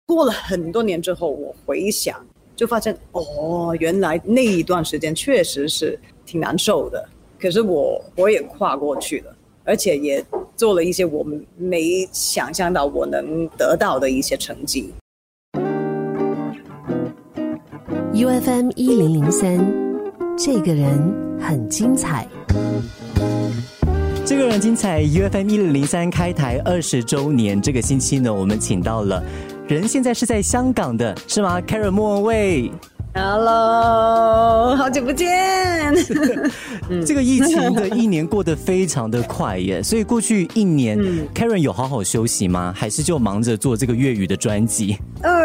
过了很多年之后，我回想就发现，原来那一段时间确实是挺难受的，可是我也跨过去了，而且也做了一些我没想象到我能得到的一些成绩。 UFM 1003，这个人很精彩。 这个人精彩 UFM 1003开台20周年，这个星期呢，我们请到了人现在是在香港的，是吗 ？Karen 莫文蔚。 Hello， 好久不见。 这个疫情的一年过得非常的快耶，所以过去一年，Karen 有好好休息吗？还是就忙着做这个粤语的专辑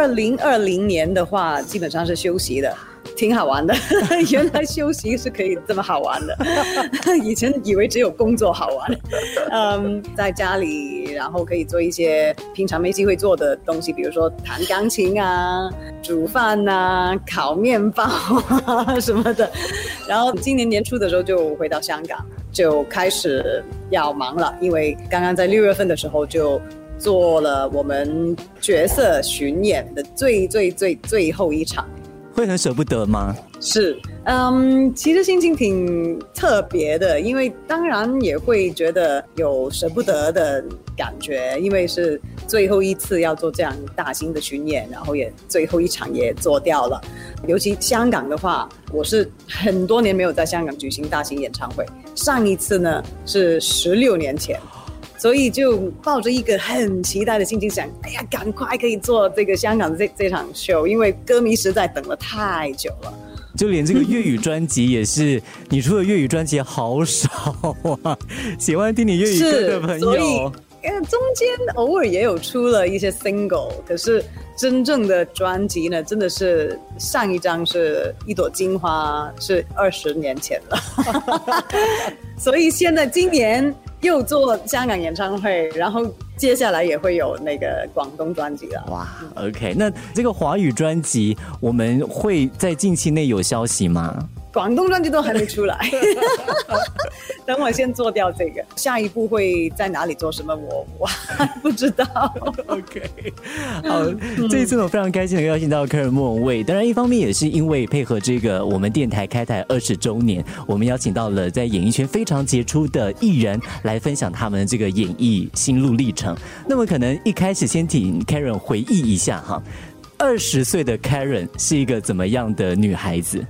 ？2020年的话，基本上是休息的。挺好玩的，原来休息是可以这么好玩的。以前以为只有工作好玩。在家里，然后可以做一些平常没机会做的东西，比如说弹钢琴啊、煮饭啊、烤面包啊什么的。然后今年年初的时候就回到香港，就开始要忙了，因为刚刚在6月份的时候就做了我们角色巡演的最后一场。 会很舍不得吗？ 是，其实心情挺特别的，因为当然也会觉得有舍不得的感觉，因为是最后一次要做这样大型的巡演，然后也最后一场也做掉了。尤其香港的话，我是很多年没有在香港举行大型演唱会，上一次呢是16年前。所以就抱着一个很期待的心情想，哎呀，赶快可以做这个香港的这场秀，因为歌迷实在等了太久了。 就连这个粤语专辑也是，你出的粤语专辑好少啊，喜欢听你粤语歌的朋友。所以中间偶尔也有出了一些 single， 可是真正的专辑呢，真的是上一张是一朵金花，是20年前了。所以现在今年又做香港演唱会，然后接下来也会有那个广东专辑了。 哇 ，OK， 那这个华语专辑我们会在近期内有消息吗？ 广东专辑都还没出来。等我先做掉这个，下一步会在哪里做什么我还不知道。 OK， 好，这一次我非常开心的邀请到Karen莫文蔚，当然一方面也是因为配合这个我们电台开台20周年，我们邀请到了在演艺圈非常杰出的艺人来分享他们这个演艺心路历程。那么可能一开始先请 Karen 回忆一下哈，20岁的 Karen 是一个怎么样的女孩子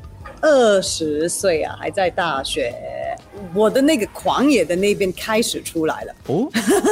？20岁啊，还在大学，我的那个狂野的那边开始出来了哦。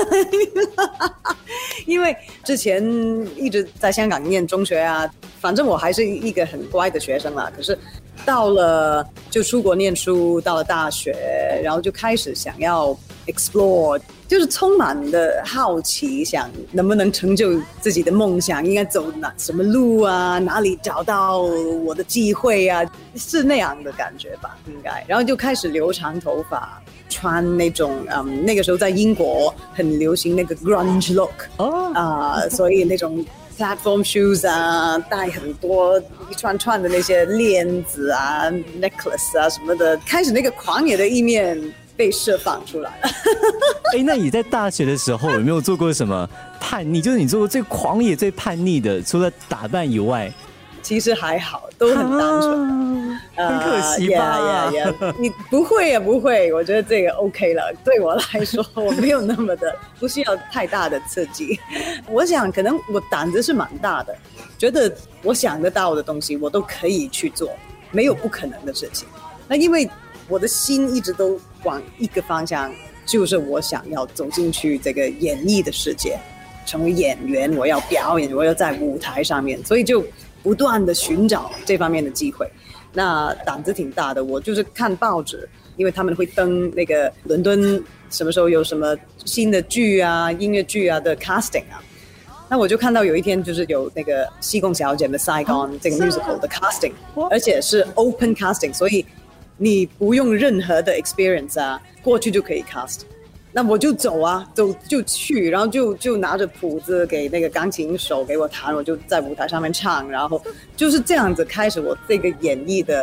因为之前一直在香港念中学啊，反正我还是一个很乖的学生啦。可是到了就出国念书，到了大学，然后就开始想要 explore， 就是充满的好奇，想能不能成就自己的梦想，应该走什么路啊，哪里找到我的机会啊，是那样的感觉吧，应该。然后就开始留长头发，穿那种那个时候在英国很流行那个 grunge look 所以那种platform shoes 啊，戴很多一串串的那些链子啊 necklace 啊什么的，开始那个狂野的一面被释放出来了。 那你在大学的时候有没有做过什么叛逆？就是你做过最狂野最叛逆的，除了打扮以外？ 其实还好，都很单纯。 很可惜吧？ 你不会也不会，我觉得这个 OK 了。对我来说，我没有那么的，不需要太大的刺激。我想可能我胆子是蛮大的，觉得我想得到的东西我都可以去做，没有不可能的事情。那因为我的心一直都往一个方向，就是我想要走进去这个演艺的世界，成为演员，我要表演，我要在舞台上面，所以就不断的寻找这方面的机会。那胆子挺大的，我就是看报纸，因为他们会登那个伦敦什么时候有什么新的剧啊、音乐剧啊的 casting 啊，那我就看到有一天就是有那个西贡小姐的 Saigon 这个 musical 的 casting， 而且是 open casting， 所以你不用任何的 experience 啊，过去就可以 cast。那我就走啊，走就去，然后就拿着谱子给那个钢琴手给我弹，我就在舞台上面唱，然后就是这样子开始我这个演艺的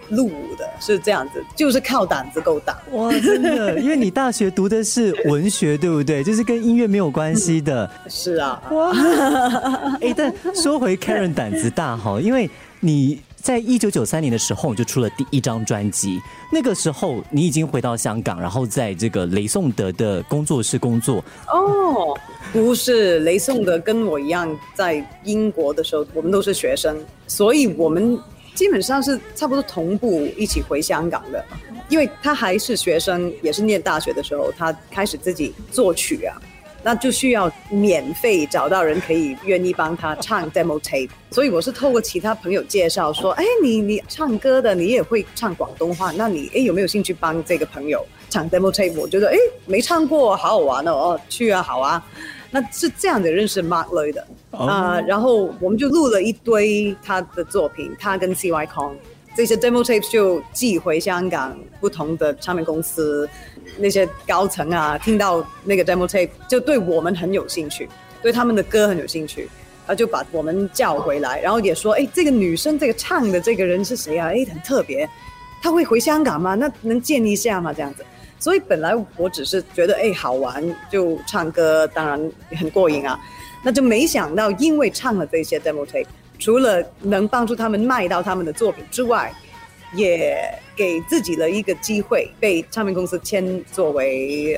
入伍的，是这样子，就是靠胆子够大。 哇，真的，因为你大学读的是文学，对不对？就是跟音乐没有关系的。 是啊， 哇，但说回 Karen 胆子大哈，因为你在1993年的时候你就出了第一张专辑，那个时候你已经回到香港，然后在这个雷颂德的工作室工作。 哦，不是，雷颂德跟我一样，在英国的时候，我们都是学生，所以我们基本上是差不多同步一起回香港的。因为他还是学生，也是念大学的时候，他开始自己作曲啊，那就需要免费找到人可以愿意帮他唱 demo tape， 所以我是透过其他朋友介绍说，你唱歌的，你也会唱广东话，那你有没有兴趣帮这个朋友唱 demo tape？ 我觉得没唱过，好好玩哦，去啊，好啊。那是这样的认识 Mark Lui 的然后我们就录了一堆他的作品，他跟 CY Kong。这些 demo tapes 就寄回香港不同的唱片公司，那些高层啊，听到那个 demo tape 就对我们很有兴趣，对他们的歌很有兴趣，就把我们叫回来，然后也说，这个女生这个唱的这个人是谁啊？很特别，她会回香港吗？那能见一下吗？这样子。所以本来我只是觉得好玩，就唱歌，当然很过瘾啊。那就没想到，因为唱了这些 demo tape。除了能帮助他们卖到他们的作品之外，也给自己了一个机会被唱片公司签作为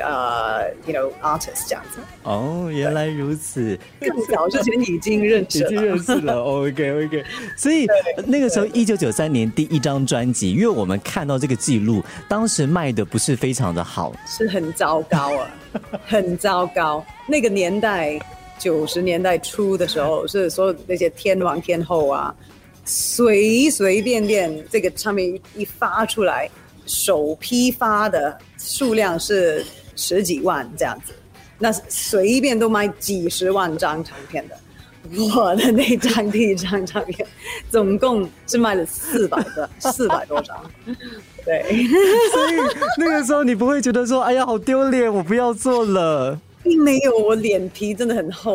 artist 这样子。 哦，原来如此。 更早之前已经认识了 OK。所以那个时候1993年第一张专辑，因为我们看到这个记录，当时卖的不是非常的好， 是很糟糕啊，很糟糕。那个年代。90年代初的时候，是所有那些天王天后啊，随便这个唱片一发出来，首批发的数量是10几万这样子，那随便都卖几十万张唱片的。我的那张第一张唱片，总共是卖了400多张。对， 所以那个时候你不会觉得说，哎呀，好丢脸，我不要做了。 并没有，我脸皮真的很厚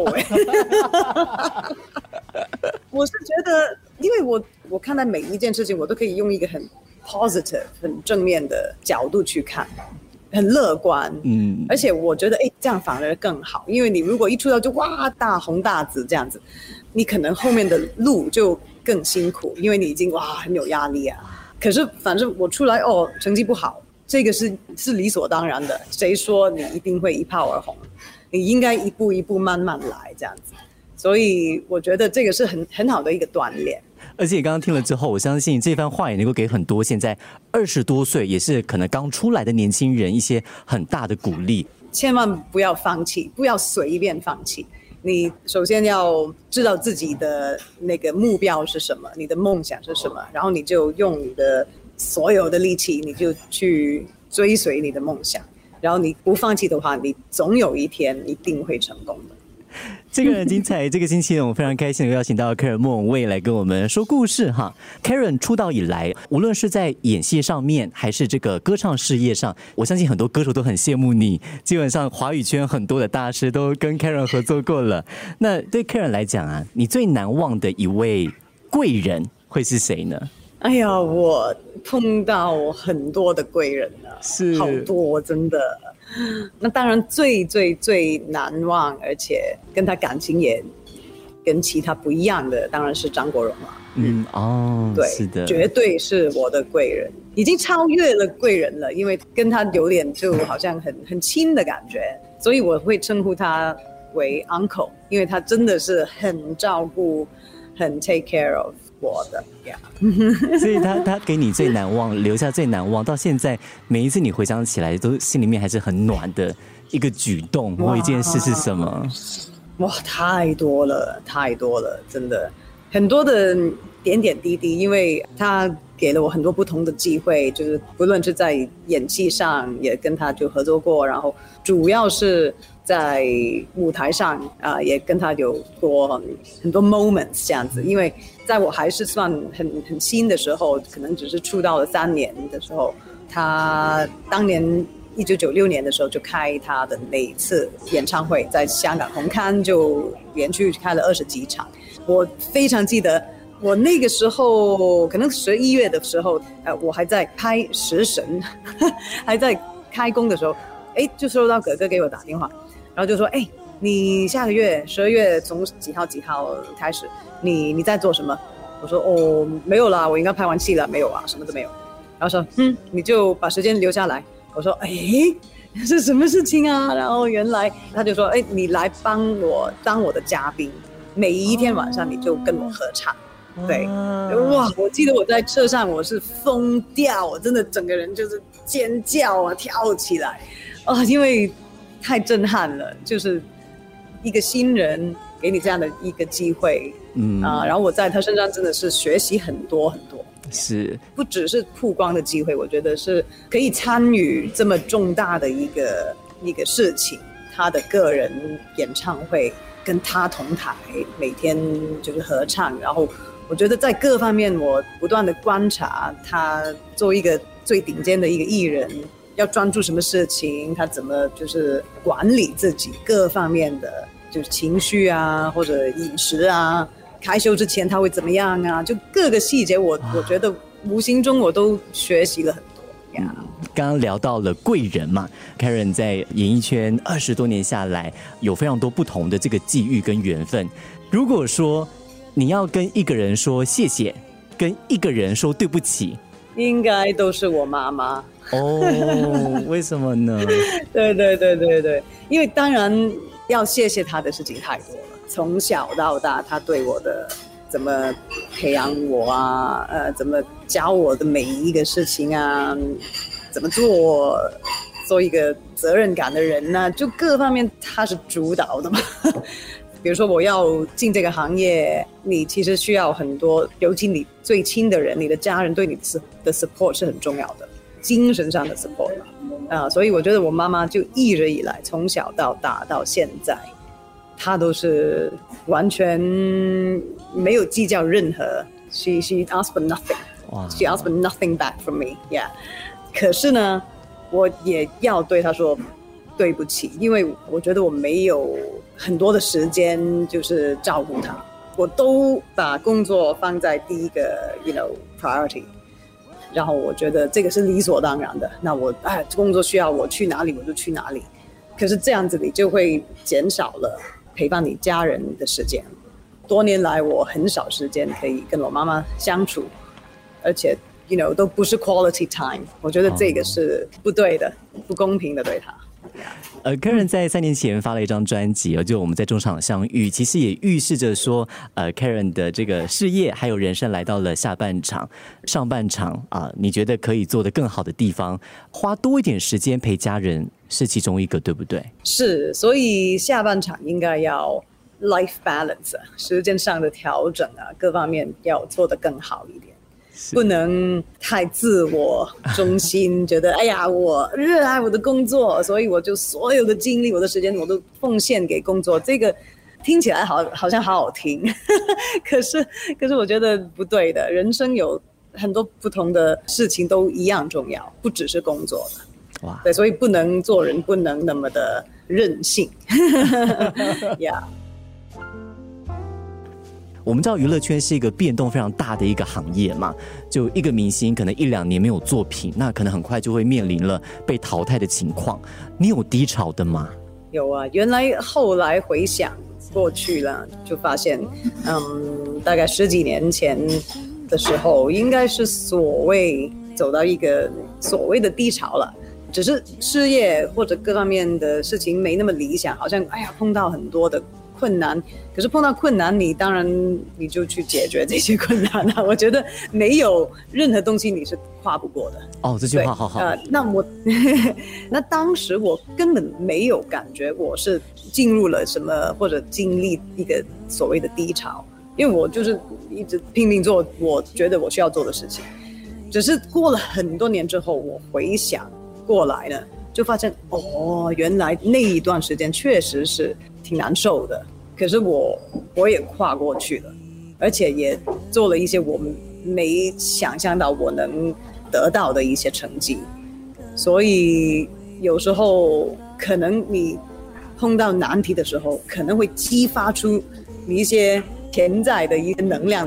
我是觉得，因为我看待每一件事情，我都可以用一个很 positive、很正面的角度去看，很乐观。而且我觉得，这样反而更好，因为你如果一出道就哇大红大紫这样子，你可能后面的路就更辛苦，因为你已经很有压力啊。可是反正我出来成绩不好。这个是理所当然的，谁说你一定会一炮而红？你应该一步一步慢慢来这样子，所以我觉得这个是很好的一个锻炼。 而且刚刚听了之后，我相信这番话也能够给很多现在20多岁也是可能刚出来的年轻人一些很大的鼓励。 千万不要放弃，不要随便放弃。你首先要知道自己的那个目标是什么，你的梦想是什么，然后你就用你的所有的力气，你就去追随你的梦想，然后你不放弃的话，你总有一天一定会成功的。 这个很精彩，这个星期我非常开心的邀请到 Karen 莫文蔚来跟我们说故事哈。Karen 出道以来，无论是在演戏上面，还是这个歌唱事业上，我相信很多歌手都很羡慕你。基本上华语圈很多的大师都跟 Karen 合作过了。那对 Karen 来讲啊，你最难忘的一位贵人会是谁呢？ 哎呀，我碰到很多的贵人了， 是好多，真的。那当然最难忘，而且跟他感情也跟其他不一样的，当然是张国荣了。对，是的，绝对是我的贵人，已经超越了贵人了，因为跟他有点就好像很亲的感觉，所以我会称呼他为 uncle， 因为他真的是很照顾，很 take care of我的所以他给你最难忘，留下最难忘，到现在每一次你回想起来都心里面还是很暖的一个举动或一件事是什么？ 哇，太多了，真的很多的点点滴滴，因为他给了我很多不同的机会，就是不论是在演戏上也跟他就合作过，然后主要是在舞台上也跟他有过很多 moments 这样子，因为在我还是算很新的时候，可能只是出道了3年的时候，他当年1996年的时候就开他的那一次演唱会，在香港红磡就连续开了20几场。我非常记得我那个时候可能11月的时候，我还在拍《食神》还在开工的时候，就收到哥哥给我打电话，然后就说你下个月12月从几号开始，你在做什么？我说没有啦，我应该拍完戏了，没有啊，什么都没有。然后说你就把时间留下来。我说是什么事情啊？然后原来他就说你来帮我当我的嘉宾，每一天晚上你就跟我合唱。对，哇！我记得我在车上我是疯掉，我真的整个人就是尖叫啊，跳起来因为太震撼了，就是一个新人给你这样的一个机会，然后我在他身上真的是学习很多很多， 是不只是曝光的机会，我觉得是可以参与这么重大的一个事情，他的个人演唱会跟他同台，每天就是合唱，然后我觉得在各方面我不断的观察他作为一个最顶尖的一个艺人要专注什么事情，他怎么就是管理自己各方面的就是情绪啊，或者饮食啊，开秀之前他会怎么样啊，就各个细节我觉得无形中我都学习了很多呀。 刚刚聊到了贵人嘛 ，Karen 在演艺圈20多年下来，有非常多不同的这个际遇跟缘分。如果说你要跟一个人说谢谢，跟一个人说对不起， 应该都是我妈妈。 为什么呢？ 对，因为当然要谢谢她的事情太多了，从小到大她对我的怎么培养我啊，怎么教我的每一个事情啊，怎么做一个责任感的人啊，就各方面她是主导的嘛。比如说我要进这个行业，你其实需要很多，尤其你最亲的人，你的家人对你的 support 是很重要的，精神上的 support 嘛。所以我觉得我妈妈就一直以来，从小到大到现在，她都是完全没有计较任何 she asked for nothing. She asked for nothing back from me. Yeah. 可是呢，我也要对她说对不起，因为我觉得我没有很多的时间就是照顾他，我都把工作放在第一个 priority， 然后我觉得这个是理所当然的，那我工作需要我去哪里我就去哪里，可是这样子你就会减少了陪伴你家人的时间，多年来我很少时间可以跟我妈妈相处，而且都不是 quality time， 我觉得这个是不对的，不公平的对她。 Karen 在3年前发了一张专辑，就我们在中场相遇，其实也预示着说Karen 的这个事业还有人生来到了下半场，上半场你觉得可以做得更好的地方，花多一点时间陪家人是其中一个，对不对？ 是，所以下半场应该要 life balance， 时间上的调整各方面要做得更好一点，不能太自我中心，觉得我热爱我的工作，所以我就所有的精力我的时间我都奉献给工作，这个听起来好像好好听可是我觉得不对的，人生有很多不同的事情都一样重要，不只是工作的。哇，对，所以不能做人不能那么的任性yeah。 我们知道娱乐圈是一个变动非常大的一个行业嘛，就一个明星可能1-2年没有作品，那可能很快就会面临了被淘汰的情况。你有低潮的吗？ 有啊，后来回想过去了，就发现大概10几年前的时候，应该是所谓走到一个所谓的低潮了，只是事业或者各方面的事情没那么理想，好像碰到很多的困难，可是碰到困难你当然你就去解决这些困难我觉得没有任何东西你是跨不过的。 这句话好好。 那当时我根本没有感觉我是进入了什么或者经历一个所谓的低潮，因为我就是一直拼命做我觉得我需要做的事情，只是过了很多年之后我回想过来呢，就发现原来那一段时间确实是挺难受的，可是我也跨过去了，而且也做了一些我没想象到我能得到的一些成绩，所以有时候可能你碰到难题的时候，可能会激发出你一些潜在的一个能量，你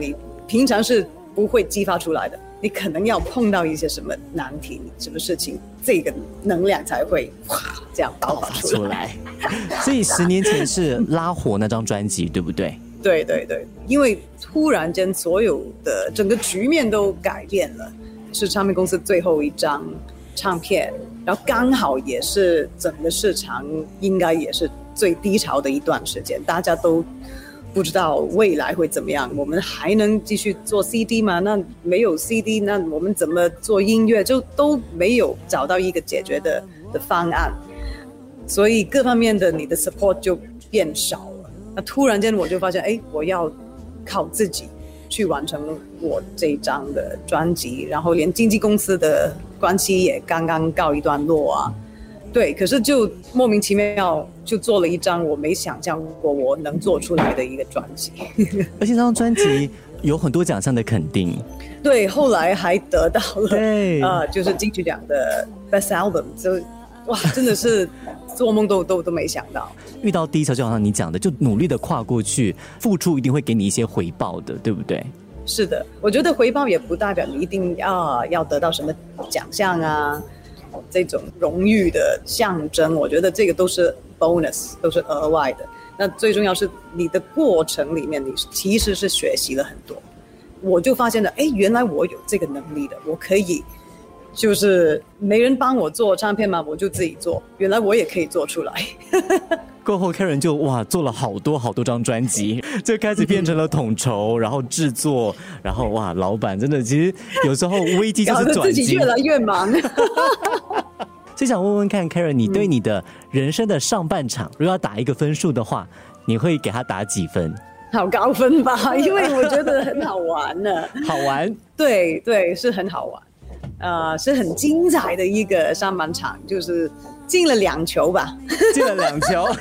平常是不会激发出来的，你可能要碰到一些什么难题、什么事情，这个能量才会哇这样爆发出来。 所以10年前是拉火那张专辑，对不对？ 对对对，因为突然间所有的整个局面都改变了，是唱片公司最后一张唱片，然后刚好也是整个市场应该也是最低潮的一段时间，大家都不知道未来会怎么样，我们还能继续做 CD 吗？那没有 CD， 那我们怎么做音乐？就都没有找到一个解决的方案，所以各方面的你的 support 就变少了。那突然间我就发现，哎，我要靠自己去完成我这一张的专辑，然后连经纪公司的关系也刚刚告一段落啊。对，可是就莫名其妙就做了一张我没想象过我能做出来的一个专辑， 而且这张专辑有很多奖项的肯定。 对，后来还得到了对， 就是金曲奖的 Best Album， 就哇，真的是做梦都没想到。 遇到低潮就好像你讲的，就努力的跨过去，付出一定会给你一些回报的，对不对？ 是的，我觉得回报也不代表你一定要得到什么奖项啊，这种荣誉的象征，我觉得这个都是 bonus， 都是额外的。那最重要是你的过程里面，你其实是学习了很多。我就发现了，哎，原来我有这个能力的，我可以，就是没人帮我做唱片嘛，我就自己做。原来我也可以做出来。 过后 Karen 就做了好多张专辑，就开始变成了统筹，然后制作，然后哇，老板真的其实有时候危机就是转机，搞得自己越来越忙。 所以想问问看 Karen， 你对你的人生的上半场，如果要打一个分数的话，你会给他打几分？ 好高分吧，因为我觉得很好玩呢。 好玩？ 对对，是很好玩，是很精彩的一个上半场，就是进了2球吧。 进了2球。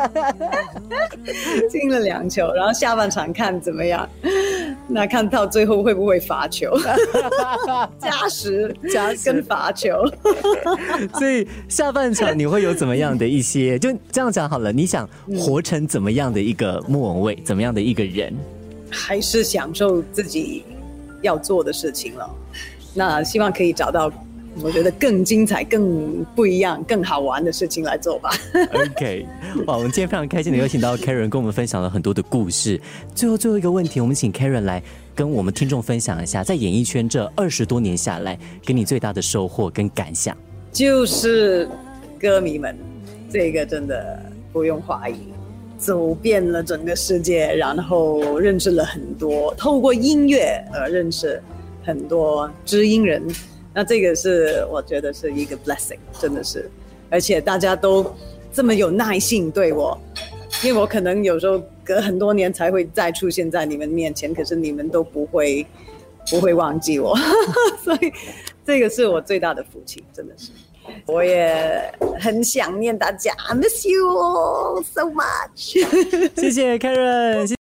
进了2球，然后下半场看怎么样，那看到最后会不会罚球。加时跟罚球。 所以下半场你会有怎么样的一些，就这样讲好了，你想活成怎么样的一个莫文蔚，怎么样的一个人？ 还是享受自己要做的事情了，那希望可以找到我觉得更精彩、更不一样、更好玩的事情来做吧。 OK， 哇，我们今天非常开心的邀请到 Karen 跟我们分享了很多的故事。最后一个问题，我们请 Karen 来跟我们听众分享一下，在演艺圈这20多年下来，给你最大的收获跟感想。 就是歌迷们，这个真的不用怀疑，走遍了整个世界，然后认识了很多，透过音乐认识很多知音人。那这个是我觉得是一个 blessing， 真的是，而且大家都这么有耐性对我，因为我可能有时候隔很多年才会再出现在你们面前，可是你们都不会忘记我。所以这个是我最大的福气，真的是。我也很想念大家 ，I miss you all so much。 谢谢 Karen。